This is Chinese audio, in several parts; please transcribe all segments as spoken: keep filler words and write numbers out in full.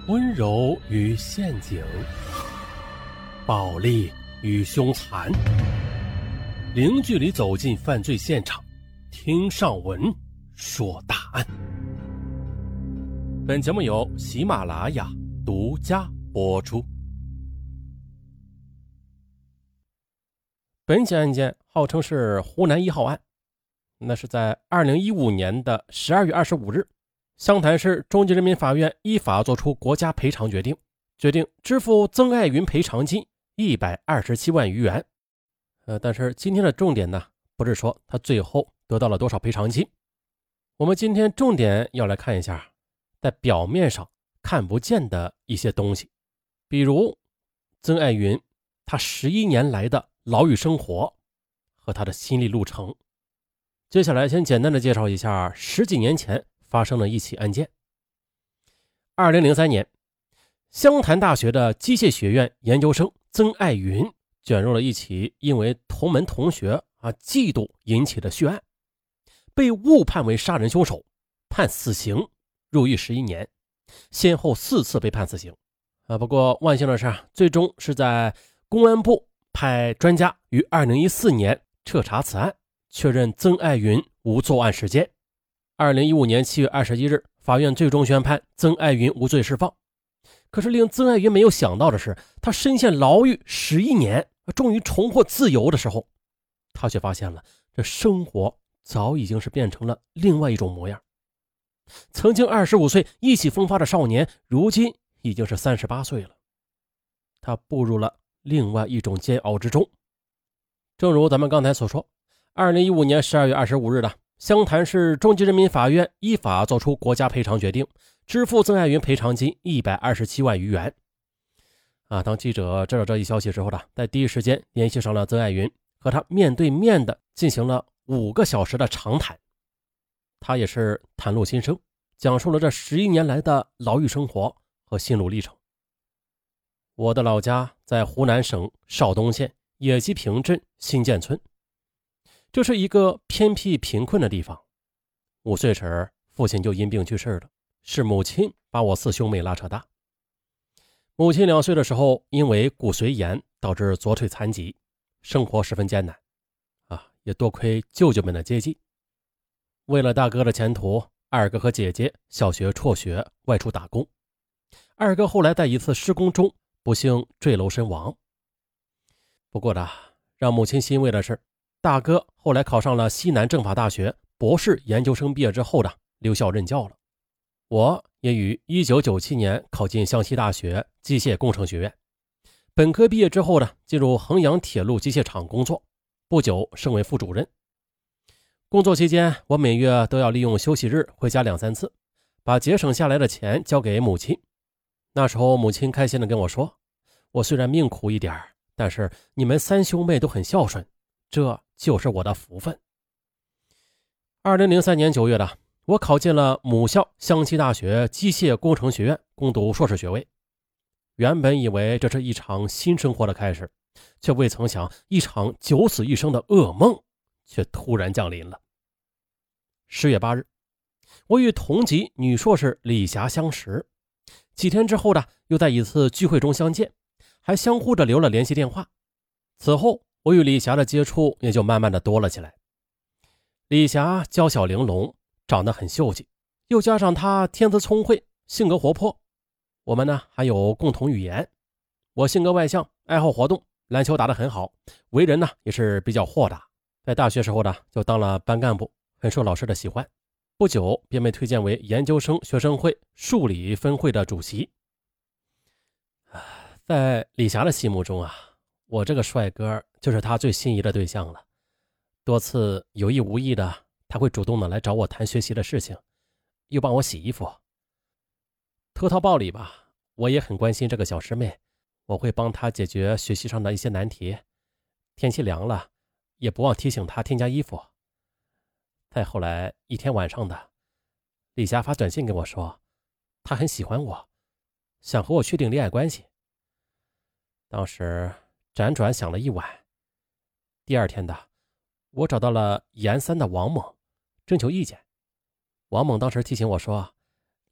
温柔与陷阱，暴力与凶残，零距离走进犯罪现场，听上文说大案。本节目由喜马拉雅独家播出。本起案件号称是湖南一号案，那是在二零一五年的十二月二十五日，湘潭市中级人民法院依法作出国家赔偿决定，决定支付曾爱云赔偿金一百二十七万余元。呃，但是今天的重点呢，不是说他最后得到了多少赔偿金，我们今天重点要来看一下在表面上看不见的一些东西，比如曾爱云他十一年来的牢狱生活和他的心理路程。接下来先简单的介绍一下十几年前发生的一起案件。二零零三年，湘潭大学的机械学院研究生曾爱云卷入了一起因为同门同学啊嫉妒引起的血案，被误判为杀人凶手，判死刑，入狱十一年，先后四次被判死刑啊。不过万幸的是，最终是在公安部派专家于二零一四年彻查此案，确认曾爱云无作案时间。二零一五年七月二十一日，法院最终宣判曾爱云无罪释放。可是令曾爱云没有想到的是，他身陷牢狱十一年，终于重获自由的时候，他却发现了这生活早已经是变成了另外一种模样。曾经二十五岁意气风发的少年，如今已经是三十八岁了。他步入了另外一种煎熬之中。正如咱们刚才所说，二零一五年十二月二十五日的湘潭市中级人民法院依法作出国家赔偿决定，支付曾爱云赔偿金一百二十七万余元。啊，当记者知道这一消息之后呢，在第一时间联系上了曾爱云，和他面对面的进行了五个小时的长谈。他也是袒露心声，讲述了这十一年来的牢狱生活和心路历程。我的老家在湖南省邵东县野鸡坪镇新建村，这是一个偏僻贫困的地方。五岁时父亲就因病去世了，是母亲把我四兄妹拉扯大。母亲两岁的时候因为骨髓炎导致左腿残疾，生活十分艰难啊，也多亏舅舅们的接济。为了大哥的前途，二哥和姐姐小学辍学外出打工。二哥后来在一次施工中不幸坠楼身亡。不过呢，让母亲欣慰的是，大哥后来考上了西南政法大学博士研究生，毕业之后的留校任教了。我也于一九九七年考进湘西大学机械工程学院，本科毕业之后呢，进入衡阳铁路机械厂工作，不久升为副主任。工作期间，我每月都要利用休息日回家两三次，把节省下来的钱交给母亲。那时候母亲开心地跟我说，我虽然命苦一点，但是你们三兄妹都很孝顺，这就是我的福分。二零零三年九月的，我考进了母校湘西大学机械工程学院，攻读硕士学位。原本以为这是一场新生活的开始，却未曾想一场九死一生的噩梦却突然降临了。十月八日，我与同级女硕士李霞相识，几天之后呢，又在一次聚会中相见，还相互的留了联系电话。此后我与李霞的接触也就慢慢的多了起来。李霞娇小玲珑，长得很秀气，又加上她天资聪慧，性格活泼，我们呢还有共同语言。我性格外向，爱好活动，篮球打得很好，为人呢也是比较豁达。在大学时候呢就当了班干部，很受老师的喜欢，不久便被推荐为研究生学生会数理分会的主席。在李霞的心目中啊，我这个帅哥就是她最心仪的对象了。多次有意无意的，他会主动的来找我谈学习的事情，又帮我洗衣服。投桃报李吧，我也很关心这个小师妹，我会帮她解决学习上的一些难题。天气凉了，也不忘提醒她添加衣服。再后来一天晚上的，李霞发短信跟我说，她很喜欢我，想和我确定恋爱关系。当时辗转想了一晚，第二天的，我找到了研三的王猛，征求意见。王猛当时提醒我说，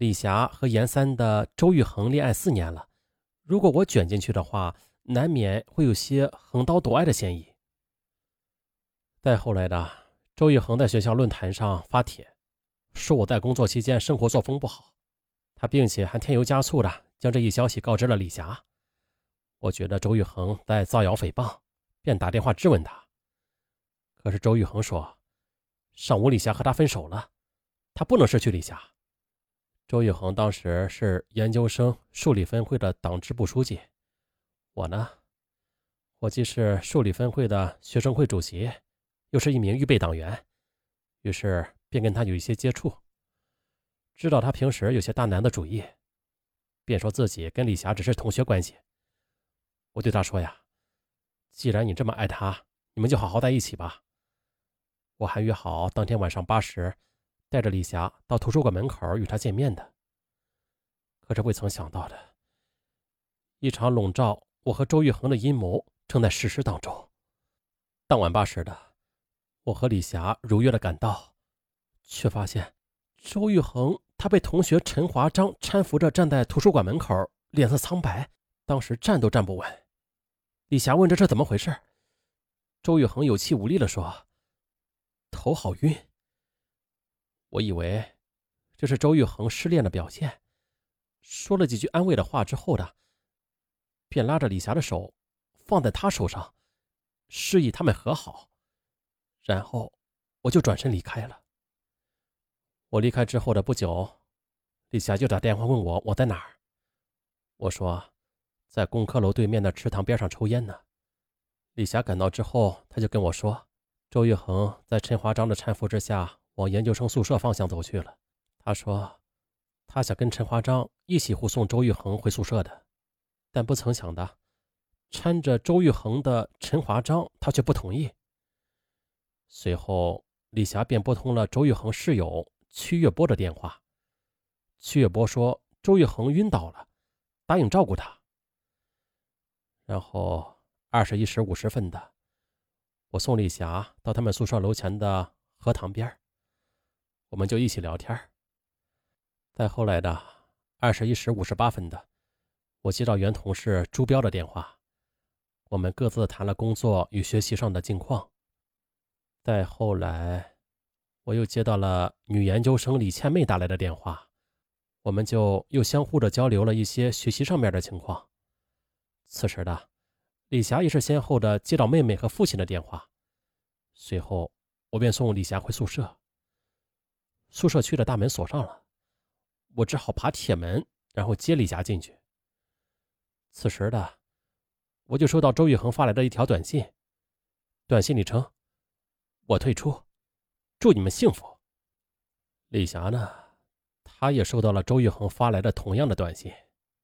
李霞和严三的周玉衡恋爱四年了，如果我卷进去的话，难免会有些横刀夺爱的嫌疑。再后来的，周玉衡在学校论坛上发帖，说我在工作期间生活作风不好，他并且还添油加醋的将这一消息告知了李霞。我觉得周玉衡在造谣诽谤，便打电话质问他。可是周玉衡说，上午李霞和他分手了，他不能失去李霞。周玉衡当时是研究生数理分会的党支部书记，我呢，我既是数理分会的学生会主席，又是一名预备党员，于是便跟他有一些接触，知道他平时有些大男子主义，便说自己跟李霞只是同学关系。我对他说呀，既然你这么爱他，你们就好好在一起吧。我还约好当天晚上八时带着李霞到图书馆门口与他见面的。可是未曾想到的，一场笼罩我和周玉衡的阴谋正在实施当中。当晚八时的，我和李霞如约的赶到，却发现周玉衡他被同学陈华章搀扶着站在图书馆门口，脸色苍白，当时站都站不稳。李霞问这是怎么回事，周玉衡有气无力地说，头好晕。我以为这是周玉衡失恋的表现，说了几句安慰的话之后的，便拉着李霞的手放在她手上，示意他们和好，然后我就转身离开了。我离开之后的不久，李霞就打电话问我我在哪儿。我说在工科楼对面的池塘边上抽烟呢。李霞赶到之后，他就跟我说，周玉衡在陈华章的搀扶之下往研究生宿舍方向走去了。他说他想跟陈华章一起护送周玉衡回宿舍的，但不曾想的，搀着周玉衡的陈华章他却不同意。随后李霞便拨通了周玉衡室友曲月波的电话，曲月波说周玉衡晕倒了，答应照顾他。然后二十一时五十分的，我送李霞到他们宿舍楼前的荷塘边，我们就一起聊天。再后来的二十一时五十八分的，我接到原同事朱彪的电话，我们各自谈了工作与学习上的近况。再后来，我又接到了女研究生李倩妹打来的电话，我们就又相互的交流了一些学习上面的情况。此时的李霞也是先后的接到妹妹和父亲的电话，随后我便送李霞回宿舍。宿舍区的大门锁上了，我只好爬铁门，然后接李霞进去。此时的我就收到周玉衡发来的一条短信，短信里称，我退出，祝你们幸福。李霞呢，她也收到了周玉衡发来的同样的短信。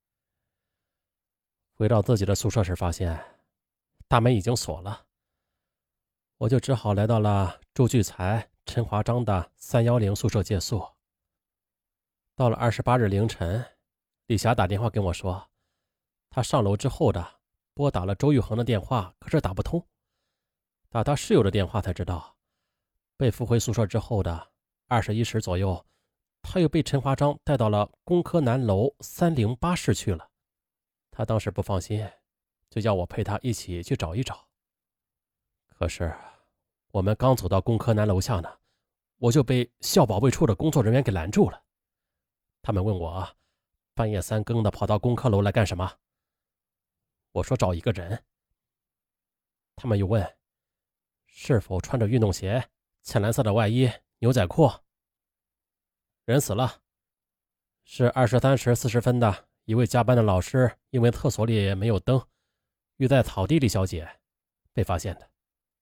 回到自己的宿舍时，发现大门已经锁了，我就只好来到了周聚财、陈华章的三一零宿舍借宿。到了二十八日凌晨，李霞打电话跟我说，她上楼之后的拨打了周玉衡的电话，可是打不通。打他室友的电话才知道，被扶回宿舍之后的二十一时左右，他又被陈华章带到了工科南楼三零八室去了。他当时不放心，就要我陪他一起去找一找。可是我们刚走到工科南楼下呢，我就被校保卫处的工作人员给拦住了。他们问我半夜三更的跑到工科楼来干什么。我说找一个人。他们又问是否穿着运动鞋、浅蓝色的外衣、牛仔裤。人死了，是二十三时四十分的一位加班的老师，因为厕所里没有灯，遇在草地里小姐被发现的。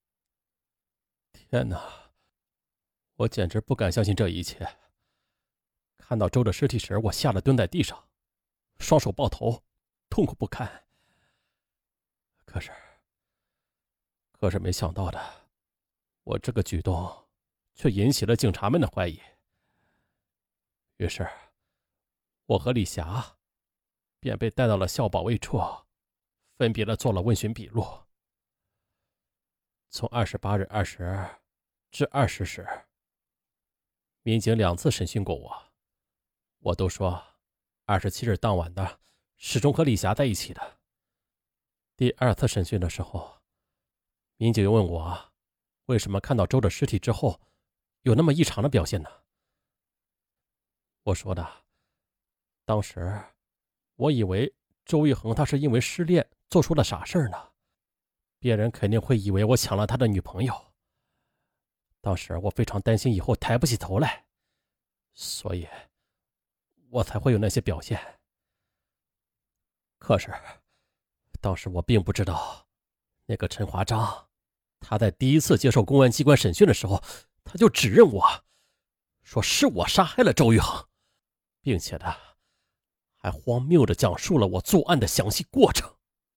天哪，我简直不敢相信这一切。看到周的尸体时，我吓得蹲在地上，双手抱头，痛苦不堪。可是可是没想到的，我这个举动却引起了警察们的怀疑。于是我和李霞便被带到了校保卫处，分别的做了问询笔录。从二十八日二十至二十时，民警两次审讯过我， 我都说二十七日当晚的始终和李霞在一起的。第二次审讯的时候，民警又问我为什么看到周的尸体之后有那么异常的表现呢？我说的，当时我以为周玉恒他是因为失恋做出了傻事呢，别人肯定会以为我抢了他的女朋友。当时我非常担心以后抬不起头来，所以我才会有那些表现。可是当时我并不知道，那个陈华章他在第一次接受公安机关审讯的时候，他就指认我，说是我杀害了周玉恒，并且呢还荒谬地讲述了我作案的详细过程。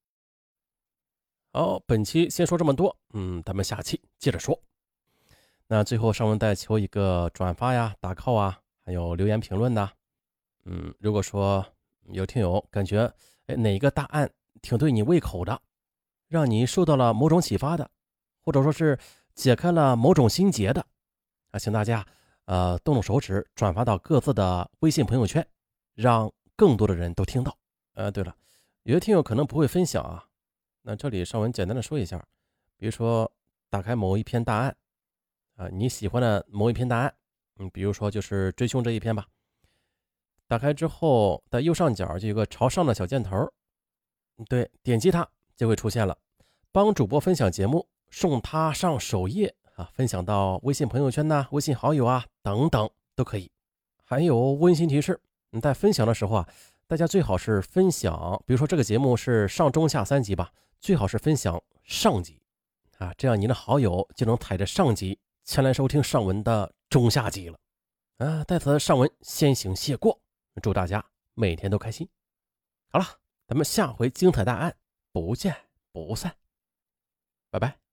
好，本期先说这么多，嗯，咱们下期接着说。那最后上文再求一个转发呀、打 call 啊，还有留言评论呐。嗯，如果说有听友感觉哎哪一个大案挺对你胃口的，让你受到了某种启发的，或者说是解开了某种心结的啊，请大家呃动动手指转发到各自的微信朋友圈，让更多的人都听到。呃，对了，有些听友可能不会分享啊，那这里上文简单的说一下，比如说打开某一篇大案啊，你喜欢的某一篇大案，嗯，比如说就是追凶这一篇吧。打开之后，在右上角就有个朝上的小箭头，对，点击它就会出现了，帮主播分享节目，送他上首页啊，分享到微信朋友圈呐、微信好友啊等等都可以。还有温馨提示，你在分享的时候啊，大家最好是分享，比如说这个节目是上中下三集吧，最好是分享上集啊，这样您的好友就能踩着上集前来收听上文的中下集了啊。在此上文先行谢过，祝大家每天都开心。好了，咱们下回精彩大案不见不散，拜拜。